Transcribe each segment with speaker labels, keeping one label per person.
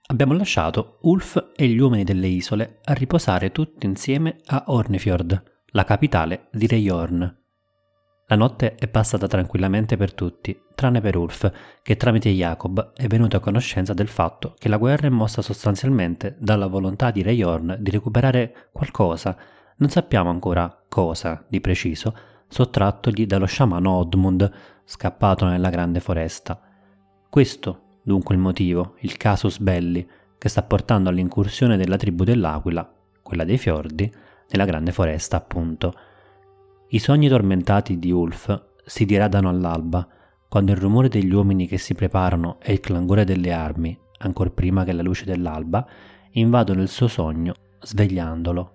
Speaker 1: Abbiamo lasciato Ulf e gli uomini delle isole a riposare tutti insieme a Hornifjord, la capitale di Re Jorn. La notte è passata tranquillamente per tutti, tranne per Ulf, che tramite Jacob è venuto a conoscenza del fatto che la guerra è mossa sostanzialmente dalla volontà di Re Jorn di recuperare qualcosa, non sappiamo ancora cosa di preciso, sottrattogli dallo sciamano Odmund, scappato nella grande foresta. Questo dunque il motivo, il casus belli, che sta portando all'incursione della tribù dell'Aquila, quella dei fiordi, nella grande foresta appunto. I sogni tormentati di Ulf si diradano all'alba, quando il rumore degli uomini che si preparano e il clangore delle armi, ancor prima che la luce dell'alba, invadono il suo sogno, svegliandolo.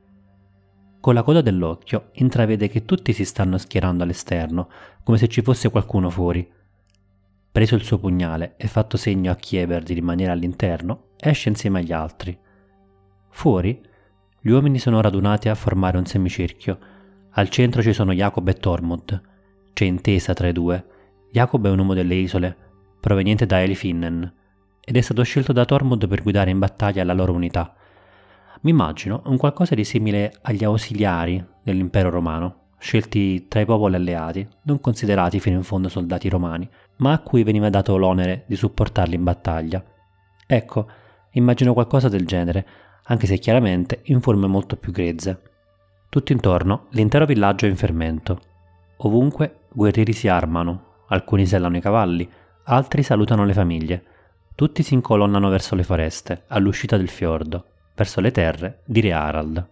Speaker 1: Con la coda dell'occhio intravede che tutti si stanno schierando all'esterno, come se ci fosse qualcuno fuori. Preso il suo pugnale e fatto segno a Kieber di rimanere all'interno, esce insieme agli altri. Fuori, gli uomini sono radunati a formare un semicerchio. Al centro ci sono Jacob e Tormod. C'è intesa tra i due. Jacob è un uomo delle isole, proveniente da Elifinnen, ed è stato scelto da Tormod per guidare in battaglia la loro unità. Mi immagino un qualcosa di simile agli ausiliari dell'impero romano, scelti tra i popoli alleati, non considerati fino in fondo soldati romani, ma a cui veniva dato l'onere di supportarli in battaglia. Ecco, immagino qualcosa del genere, anche se chiaramente in forme molto più grezze. Tutto intorno l'intero villaggio è in fermento. Ovunque guerrieri si armano, alcuni sellano i cavalli, altri salutano le famiglie. Tutti si incolonnano verso le foreste, all'uscita del fiordo, verso le terre di Re Harald.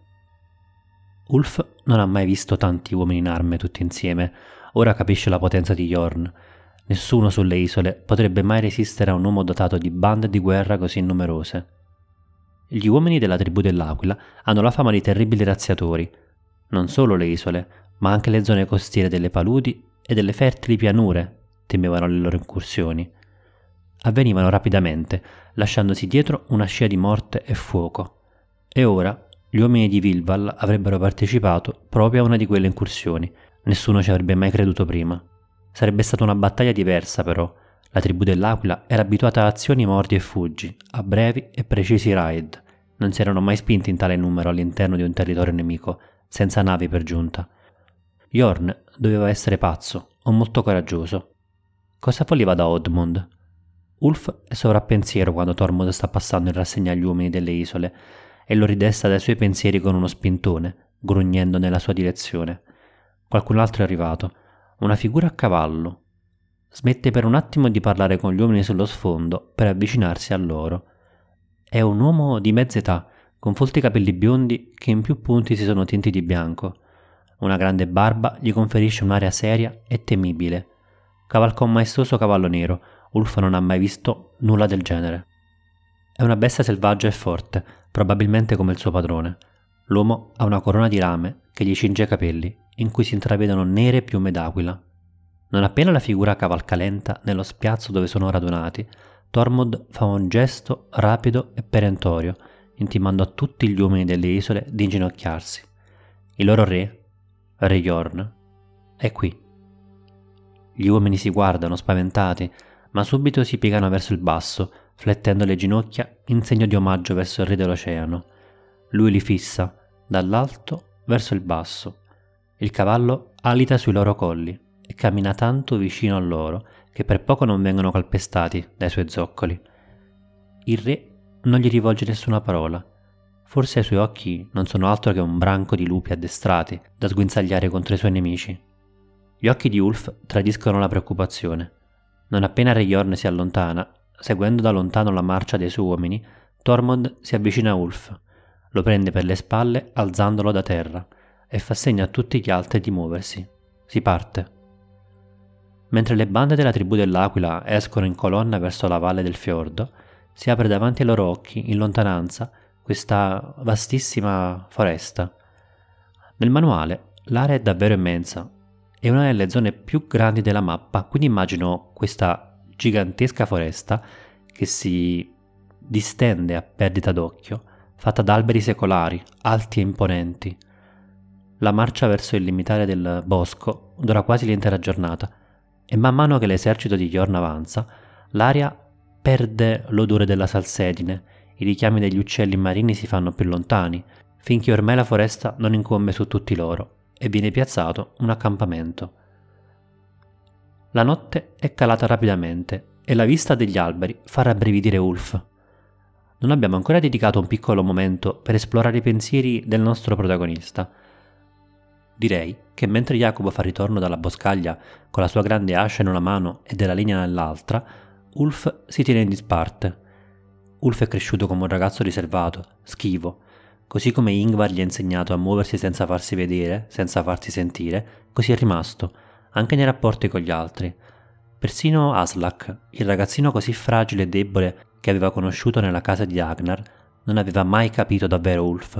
Speaker 1: Ulf non ha mai visto tanti uomini in arme tutti insieme, ora capisce la potenza di Jorn. Nessuno sulle isole potrebbe mai resistere a un uomo dotato di bande di guerra così numerose. Gli uomini della tribù dell'Aquila hanno la fama di terribili razziatori. Non solo le isole, ma anche le zone costiere delle paludi e delle fertili pianure temevano le loro incursioni. Avvenivano rapidamente, lasciandosi dietro una scia di morte e fuoco. E ora gli uomini di Vilval avrebbero partecipato proprio a una di quelle incursioni. Nessuno ci avrebbe mai creduto prima. Sarebbe stata una battaglia diversa però. La tribù dell'Aquila era abituata a azioni mordi e fuggi, a brevi e precisi raid. Non si erano mai spinti in tale numero all'interno di un territorio nemico, senza navi per giunta. Jorn doveva essere pazzo o molto coraggioso. Cosa voleva da Odmund? Ulf è sovrappensiero quando Tormod sta passando in rassegna agli uomini delle isole e lo ridesta dai suoi pensieri con uno spintone, grugnendo nella sua direzione. Qualcun altro è arrivato, una figura a cavallo. Smette per un attimo di parlare con gli uomini sullo sfondo per avvicinarsi a loro. È un uomo di mezza età, con folti capelli biondi che in più punti si sono tinti di bianco. Una grande barba gli conferisce un'aria seria e temibile. Cavalca un maestoso cavallo nero. Ulf non ha mai visto nulla del genere. È una bestia selvaggia e forte, probabilmente come il suo padrone. L'uomo ha una corona di rame che gli cinge i capelli, in cui si intravedono nere piume d'aquila. Non appena la figura cavalca lenta nello spiazzo dove sono radunati, Tormod fa un gesto rapido e perentorio, intimando a tutti gli uomini delle isole di inginocchiarsi. Il loro re, Re Jorn, è qui. Gli uomini si guardano spaventati, ma subito si piegano verso il basso, flettendo le ginocchia in segno di omaggio verso il re dell'oceano. Lui li fissa, dall'alto verso il basso. Il cavallo alita sui loro colli e cammina tanto vicino a loro che per poco non vengono calpestati dai suoi zoccoli. Il re non gli rivolge nessuna parola. Forse i suoi occhi non sono altro che un branco di lupi addestrati da sguinzagliare contro i suoi nemici. Gli occhi di Ulf tradiscono la preoccupazione. Non appena Re Jorn si allontana, seguendo da lontano la marcia dei suoi uomini, Tormod si avvicina a Ulf, lo prende per le spalle alzandolo da terra e fa segno a tutti gli altri di muoversi. Si parte. Mentre le bande della tribù dell'Aquila escono in colonna verso la valle del fiordo, si apre davanti ai loro occhi, in lontananza, questa vastissima foresta. Nel manuale l'area è davvero immensa. È una delle zone più grandi della mappa, quindi immagino questa gigantesca foresta che si distende a perdita d'occhio, fatta da alberi secolari, alti e imponenti. La marcia verso il limitare del bosco dura quasi l'intera giornata e man mano che l'esercito di Jorn avanza, l'aria perde l'odore della salsedine, i richiami degli uccelli marini si fanno più lontani, finché ormai la foresta non incombe su tutti loro e viene piazzato un accampamento. La notte è calata rapidamente e la vista degli alberi fa rabbrividire Ulf. Non abbiamo ancora dedicato un piccolo momento per esplorare i pensieri del nostro protagonista. Direi che mentre Jacob fa ritorno dalla boscaglia con la sua grande ascia in una mano e della legna nell'altra, Ulf si tiene in disparte. Ulf è cresciuto come un ragazzo riservato, schivo. Così come Ingvar gli ha insegnato a muoversi senza farsi vedere, senza farsi sentire, così è rimasto, anche nei rapporti con gli altri. Persino Aslak, il ragazzino così fragile e debole che aveva conosciuto nella casa di Agnar, non aveva mai capito davvero Ulf.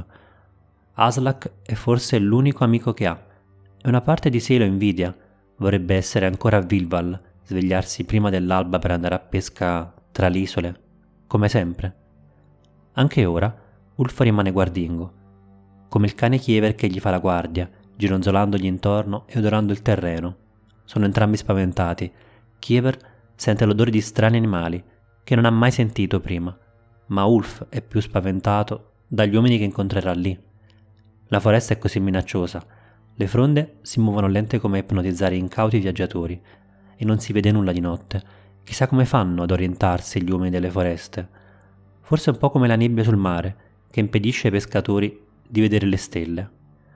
Speaker 1: Aslak è forse l'unico amico che ha, e una parte di sé lo invidia, vorrebbe essere ancora a Vilval, svegliarsi prima dell'alba per andare a pesca tra le isole, come sempre. Anche ora Ulf rimane guardingo, come il cane Kiever che gli fa la guardia, gironzolandogli intorno e odorando il terreno. Sono entrambi spaventati. Kiever sente l'odore di strani animali che non ha mai sentito prima, ma Ulf è più spaventato dagli uomini che incontrerà lì. La foresta è così minacciosa, le fronde si muovono lente come a ipnotizzare incauti viaggiatori e non si vede nulla di notte. Chissà come fanno ad orientarsi gli uomini delle foreste. Forse un po' come la nebbia sul mare, che impedisce ai pescatori di vedere le stelle.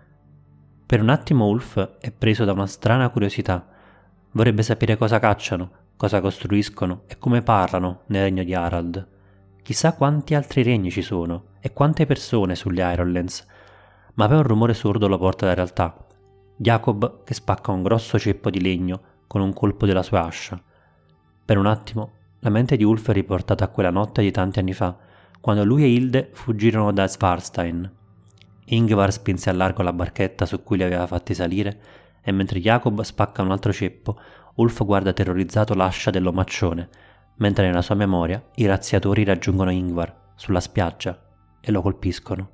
Speaker 1: Per un attimo Ulf è preso da una strana curiosità. Vorrebbe sapere cosa cacciano, cosa costruiscono e come parlano nel regno di Harald. Chissà quanti altri regni ci sono e quante persone sulle Ironlands. Ma poi un rumore sordo lo porta alla realtà. Jacob che spacca un grosso ceppo di legno con un colpo della sua ascia. Per un attimo la mente di Ulf è riportata a quella notte di tanti anni fa, quando lui e Hilde fuggirono da Svarstein. Ingvar spinse a largo la barchetta su cui li aveva fatti salire e mentre Jacob spacca un altro ceppo, Ulf guarda terrorizzato l'ascia dell'omaccione, mentre nella sua memoria i razziatori raggiungono Ingvar sulla spiaggia e lo colpiscono.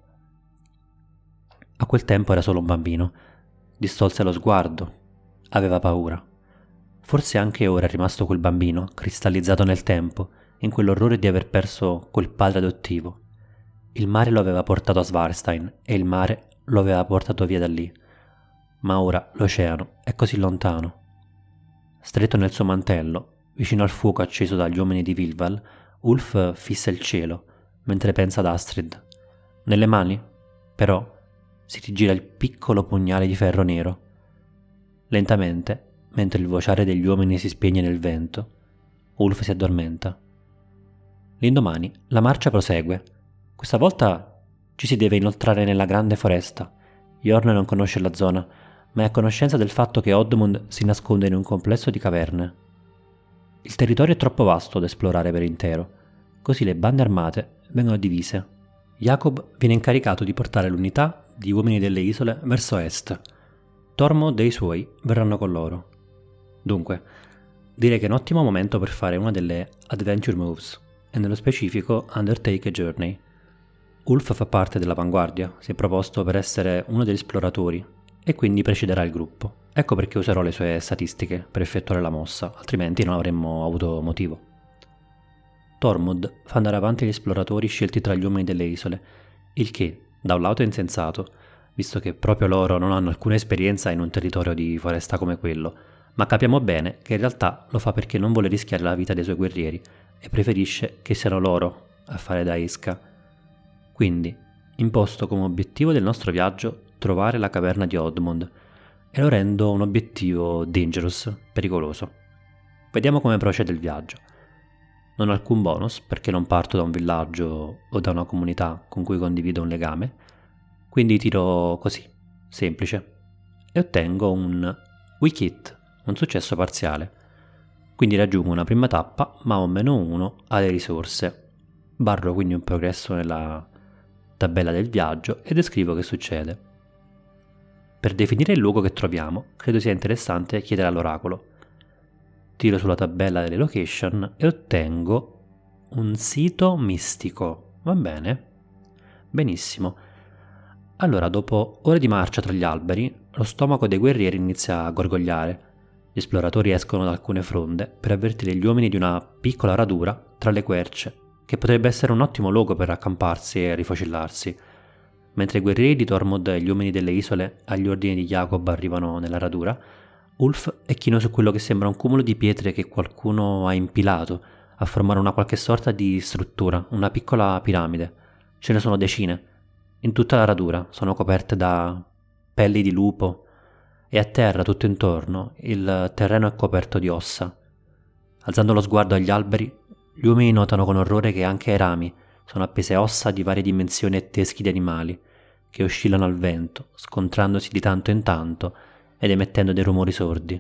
Speaker 1: A quel tempo era solo un bambino. Distolse lo sguardo. Aveva paura. Forse anche ora è rimasto quel bambino, cristallizzato nel tempo, in quell'orrore di aver perso quel padre adottivo. Il mare lo aveva portato a Svarstein e il mare lo aveva portato via da lì. Ma ora l'oceano è così lontano. Stretto nel suo mantello, vicino al fuoco acceso dagli uomini di Vilval, Ulf fissa il cielo, mentre pensa ad Astrid. Nelle mani, però, si rigira il piccolo pugnale di ferro nero. Lentamente, mentre il vociare degli uomini si spegne nel vento, Ulf si addormenta. L'indomani la marcia prosegue. Questa volta ci si deve inoltrare nella grande foresta. Jorn non conosce la zona, ma è a conoscenza del fatto che Odmund si nasconde in un complesso di caverne. Il territorio è troppo vasto da esplorare per intero, così le bande armate vengono divise. Jacob viene incaricato di portare l'unità di uomini delle isole verso est. Tormod e i suoi verranno con loro. Dunque, direi che è un ottimo momento per fare una delle adventure moves, e nello specifico Undertake a Journey. Ulf fa parte dell'avanguardia, si è proposto per essere uno degli esploratori e quindi precederà il gruppo. Ecco perché userò le sue statistiche per effettuare la mossa, altrimenti non avremmo avuto motivo. Tormod fa andare avanti gli esploratori scelti tra gli uomini delle isole, il che, da un lato è insensato, visto che proprio loro non hanno alcuna esperienza in un territorio di foresta come quello, ma capiamo bene che in realtà lo fa perché non vuole rischiare la vita dei suoi guerrieri e preferisce che siano loro a fare da esca. Quindi, imposto come obiettivo del nostro viaggio trovare la caverna di Odmund, e lo rendo un obiettivo dangerous, pericoloso. Vediamo come procede il viaggio. Non ho alcun bonus perché non parto da un villaggio o da una comunità con cui condivido un legame, quindi tiro così, semplice, e ottengo un weak hit, un successo parziale. Quindi raggiungo una prima tappa, ma ho -1 alle risorse. Barro quindi un progresso nella tabella del viaggio e descrivo che succede. Per definire il luogo che troviamo, credo sia interessante chiedere all'oracolo. Tiro sulla tabella delle location e ottengo un sito mistico. Va bene? Benissimo. Allora, dopo ore di marcia tra gli alberi, lo stomaco dei guerrieri inizia a gorgogliare. Gli esploratori escono da alcune fronde per avvertire gli uomini di una piccola radura tra le querce, che potrebbe essere un ottimo luogo per accamparsi e rifocillarsi. Mentre i guerrieri di Tormod e gli uomini delle isole agli ordini di Jacob arrivano nella radura, Ulf è chino su quello che sembra un cumulo di pietre che qualcuno ha impilato a formare una qualche sorta di struttura, una piccola piramide. Ce ne sono decine. In tutta la radura sono coperte da pelli di lupo e a terra tutto intorno il terreno è coperto di ossa. Alzando lo sguardo agli alberi, gli uomini notano con orrore che anche ai rami sono appese ossa di varie dimensioni e teschi di animali che oscillano al vento, scontrandosi di tanto in tanto ed emettendo dei rumori sordi.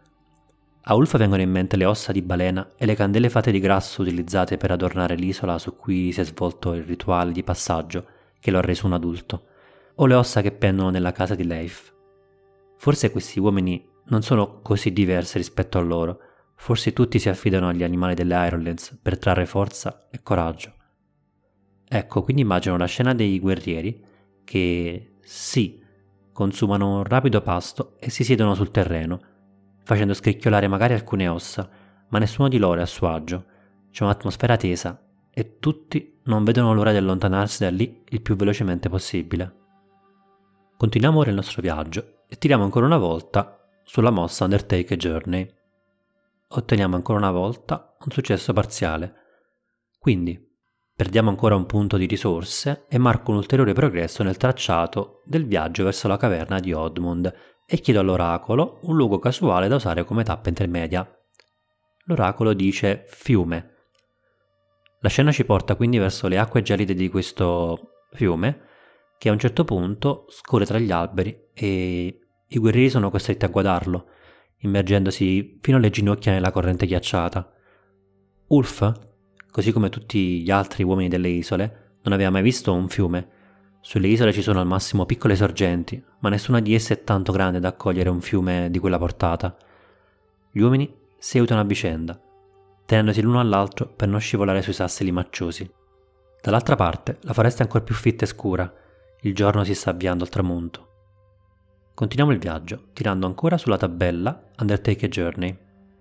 Speaker 1: A Ulf vengono in mente le ossa di balena e le candele fatte di grasso utilizzate per adornare l'isola su cui si è svolto il rituale di passaggio che lo ha reso un adulto, o le ossa che pendono nella casa di Leif. Forse questi uomini non sono così diversi rispetto a loro, forse tutti si affidano agli animali delle Ironlands per trarre forza e coraggio. Ecco, quindi immagino la scena dei guerrieri che, sì, consumano un rapido pasto e si siedono sul terreno, facendo scricchiolare magari alcune ossa, ma nessuno di loro è a suo agio. C'è un'atmosfera tesa e tutti non vedono l'ora di allontanarsi da lì il più velocemente possibile. Continuiamo ora il nostro viaggio e tiriamo ancora una volta sulla mossa Undertake Journey. Otteniamo ancora una volta un successo parziale. Quindi perdiamo ancora un punto di risorse e marco un ulteriore progresso nel tracciato del viaggio verso la caverna di Odmund e chiedo all'oracolo un luogo casuale da usare come tappa intermedia. L'oracolo dice fiume. La scena ci porta quindi verso le acque gelide di questo fiume che a un certo punto scorre tra gli alberi e i guerrieri sono costretti a guadarlo, immergendosi fino alle ginocchia nella corrente ghiacciata. Ulf, così come tutti gli altri uomini delle isole, non aveva mai visto un fiume. Sulle isole ci sono al massimo piccole sorgenti, ma nessuna di esse è tanto grande da accogliere un fiume di quella portata. Gli uomini si aiutano a vicenda, tenendosi l'uno all'altro per non scivolare sui sassi limacciosi. Dall'altra parte la foresta è ancora più fitta e scura, il giorno si sta avviando al tramonto. Continuiamo il viaggio, tirando ancora sulla tabella Undertake Journey.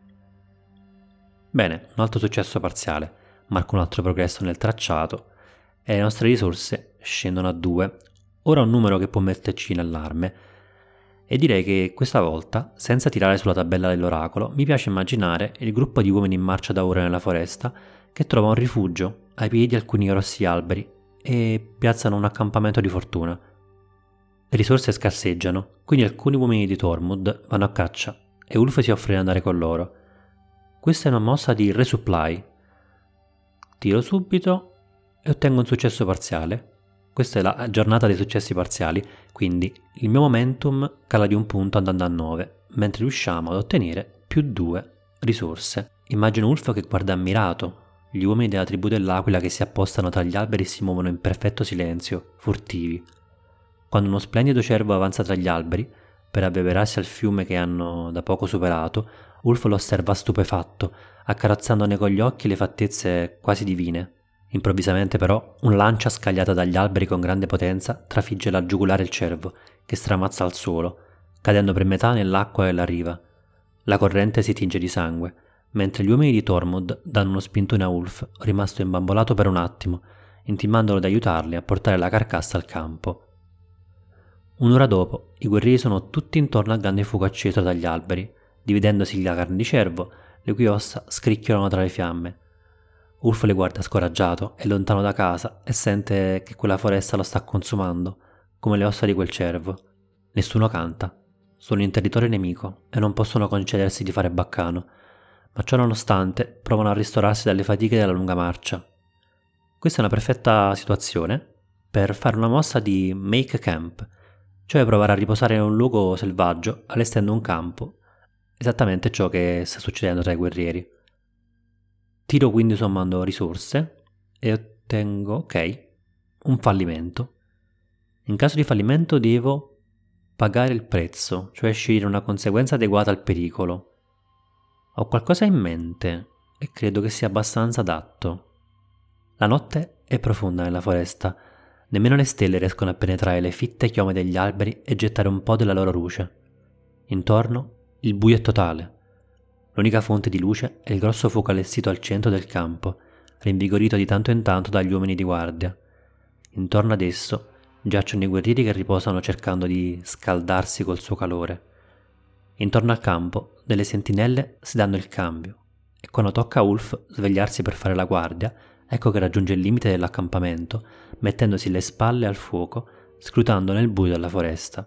Speaker 1: Bene, un altro successo parziale, marco un altro progresso nel tracciato e le nostre risorse scendono a 2, ora un numero che può metterci in allarme. E direi che questa volta, senza tirare sulla tabella dell'oracolo, mi piace immaginare il gruppo di uomini in marcia da ore nella foresta che trova un rifugio ai piedi di alcuni grossi alberi e piazzano un accampamento di fortuna. Le risorse scarseggiano, quindi alcuni uomini di Tormod vanno a caccia e Ulf si offre di andare con loro. Questa è una mossa di resupply. Tiro subito e ottengo un successo parziale. Questa è la giornata dei successi parziali, quindi il mio momentum cala di un punto andando a 9, mentre riusciamo ad ottenere più 2 risorse. Immagino Ulf che guarda ammirato gli uomini della tribù dell'Aquila che si appostano tra gli alberi e si muovono in perfetto silenzio, furtivi. Quando uno splendido cervo avanza tra gli alberi, per abbeverarsi al fiume che hanno da poco superato, Ulf lo osserva stupefatto, accarezzandone con gli occhi le fattezze quasi divine. Improvvisamente però un lancia scagliata dagli alberi con grande potenza trafigge la giugulare il cervo, che stramazza al suolo, cadendo per metà nell'acqua della riva. La corrente si tinge di sangue, mentre gli uomini di Tormod danno uno spintone a Ulf, rimasto imbambolato per un attimo, intimandolo di aiutarli a portare la carcassa al campo. Un'ora dopo, i guerrieri sono tutti intorno al grande fuoco acceso dagli alberi, dividendosi la carne di cervo, le cui ossa scricchiolano tra le fiamme. Ulf le guarda scoraggiato, è lontano da casa e sente che quella foresta lo sta consumando, come le ossa di quel cervo. Nessuno canta, sono in territorio nemico e non possono concedersi di fare baccano, ma ciò nonostante provano a ristorarsi dalle fatiche della lunga marcia. Questa è una perfetta situazione per fare una mossa di make camp, cioè provare a riposare in un luogo selvaggio allestendo un campo, esattamente ciò che sta succedendo tra i guerrieri. Tiro quindi sommando risorse e ottengo, ok, un fallimento. In caso di fallimento devo pagare il prezzo, cioè scegliere una conseguenza adeguata al pericolo. Ho qualcosa in mente e credo che sia abbastanza adatto. La notte è profonda nella foresta, nemmeno le stelle riescono a penetrare le fitte chiome degli alberi e gettare un po' della loro luce. Intorno il buio è totale, L'unica fonte di luce è il grosso fuoco allestito al centro del campo, rinvigorito di tanto in tanto dagli uomini di guardia. Intorno ad esso giacciono i guerrieri che riposano cercando di scaldarsi col suo calore. Intorno al campo delle sentinelle si danno il cambio e quando tocca a Ulf svegliarsi per fare la guardia, ecco che raggiunge il limite dell'accampamento, mettendosi le spalle al fuoco, scrutando nel buio della foresta.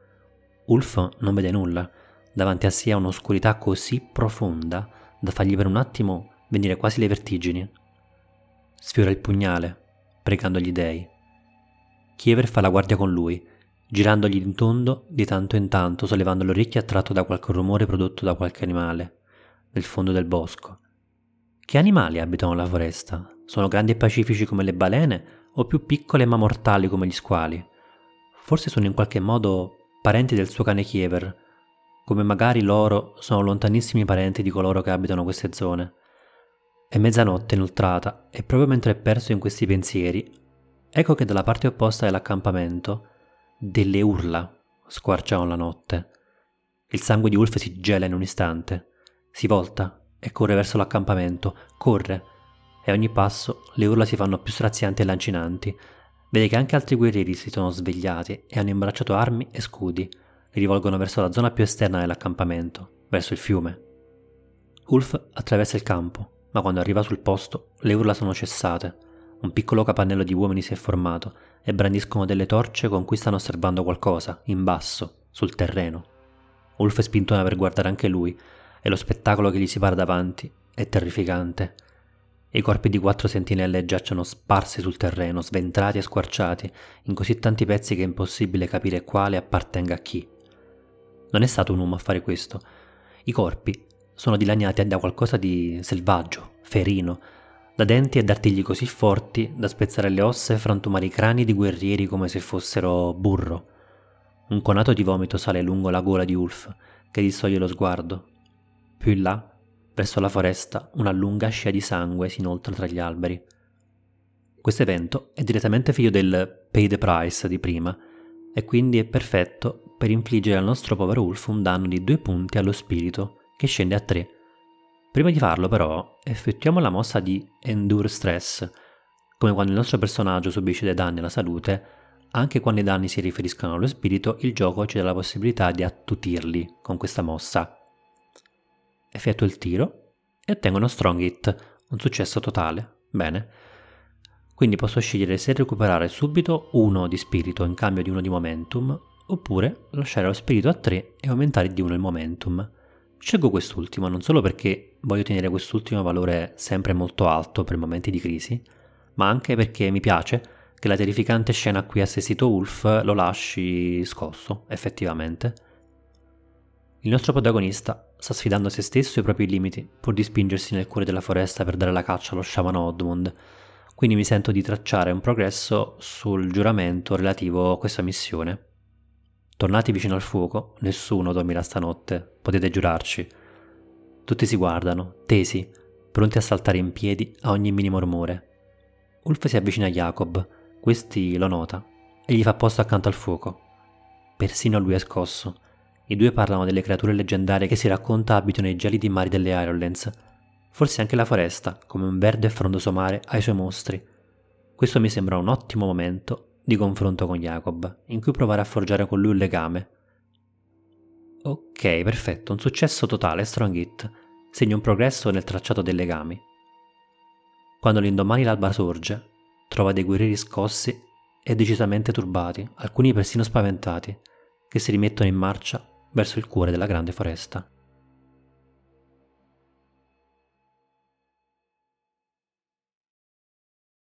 Speaker 1: Ulf non vede nulla, davanti a sé ha un'oscurità così profonda da fargli per un attimo venire quasi le vertigini. Sfiora il pugnale, pregando gli dei. Kiever fa la guardia con lui, girandogli in tondo di tanto in tanto, sollevando le orecchie attratto da qualche rumore prodotto da qualche animale, nel fondo del bosco. Che animali abitano la foresta? Sono grandi e pacifici come le balene o più piccole ma mortali come gli squali? Forse sono in qualche modo parenti del suo cane Kiever, come magari loro sono lontanissimi parenti di coloro che abitano queste zone. È mezzanotte inoltrata e proprio mentre è perso in questi pensieri, ecco che dalla parte opposta dell'accampamento delle urla squarciano la notte. Il sangue di Ulf si gela in un istante, si volta e corre verso l'accampamento, corre, e a ogni passo le urla si fanno più strazianti e lancinanti. Vede che anche altri guerrieri si sono svegliati e hanno imbracciato armi e scudi, li rivolgono verso la zona più esterna dell'accampamento, verso il fiume. Ulf attraversa il campo, ma quando arriva sul posto le urla sono cessate. Un piccolo capannello di uomini si è formato e brandiscono delle torce con cui stanno osservando qualcosa, in basso, sul terreno. Ulf è spinto per guardare anche lui, e lo spettacolo che gli si para davanti è terrificante. I corpi di 4 sentinelle giacciono sparsi sul terreno, sventrati e squarciati, in così tanti pezzi che è impossibile capire quale appartenga a chi. Non è stato un uomo a fare questo. I corpi sono dilaniati da qualcosa di selvaggio, ferino, da denti e d'artigli così forti da spezzare le ossa e frantumare i crani di guerrieri come se fossero burro. Un conato di vomito sale lungo la gola di Ulf, che distoglie lo sguardo. Più in là, verso la foresta, una lunga scia di sangue si inoltra tra gli alberi. Questo evento è direttamente figlio del pay the price di prima, e quindi è perfetto per infliggere al nostro povero Ulf un danno di 2 punti allo spirito, che scende a 3. Prima di farlo però effettuiamo la mossa di Endure Stress. Come quando il nostro personaggio subisce dei danni alla salute, anche quando i danni si riferiscono allo spirito, il gioco ci dà la possibilità di attutirli con questa mossa. Effettuo il tiro e ottengo uno Strong Hit, un successo totale. Bene. Quindi posso scegliere se recuperare subito 1 di spirito in cambio di 1 di momentum, oppure lasciare lo spirito a 3 e aumentare di 1 il momentum. Scelgo quest'ultimo non solo perché voglio tenere quest'ultimo valore sempre molto alto per momenti di crisi, ma anche perché mi piace che la terrificante scena a cui è assistito Ulf lo lasci scosso, effettivamente. Il nostro protagonista sta sfidando se stesso e i propri limiti, pur di spingersi nel cuore della foresta per dare la caccia allo sciamano Odmund, quindi mi sento di tracciare un progresso sul giuramento relativo a questa missione. Tornati vicino al fuoco, nessuno dormirà stanotte, potete giurarci. Tutti si guardano, tesi, pronti a saltare in piedi a ogni minimo rumore. Ulf si avvicina a Jacob, questi lo nota e gli fa posto accanto al fuoco. Persino lui è scosso. I due parlano delle creature leggendarie che si racconta abitano nei gelidi mari delle Ironlands. Forse anche la foresta, come un verde e frondoso mare, ha i suoi mostri. Questo mi sembra un ottimo momento di confronto con Jacob, in cui provare a forgiare con lui un legame. Ok, perfetto, un successo totale, Strong Hit. Segna un progresso nel tracciato dei legami. Quando l'indomani l'alba sorge, trova dei guerrieri scossi e decisamente turbati, alcuni persino spaventati, che si rimettono in marcia verso il cuore della grande foresta.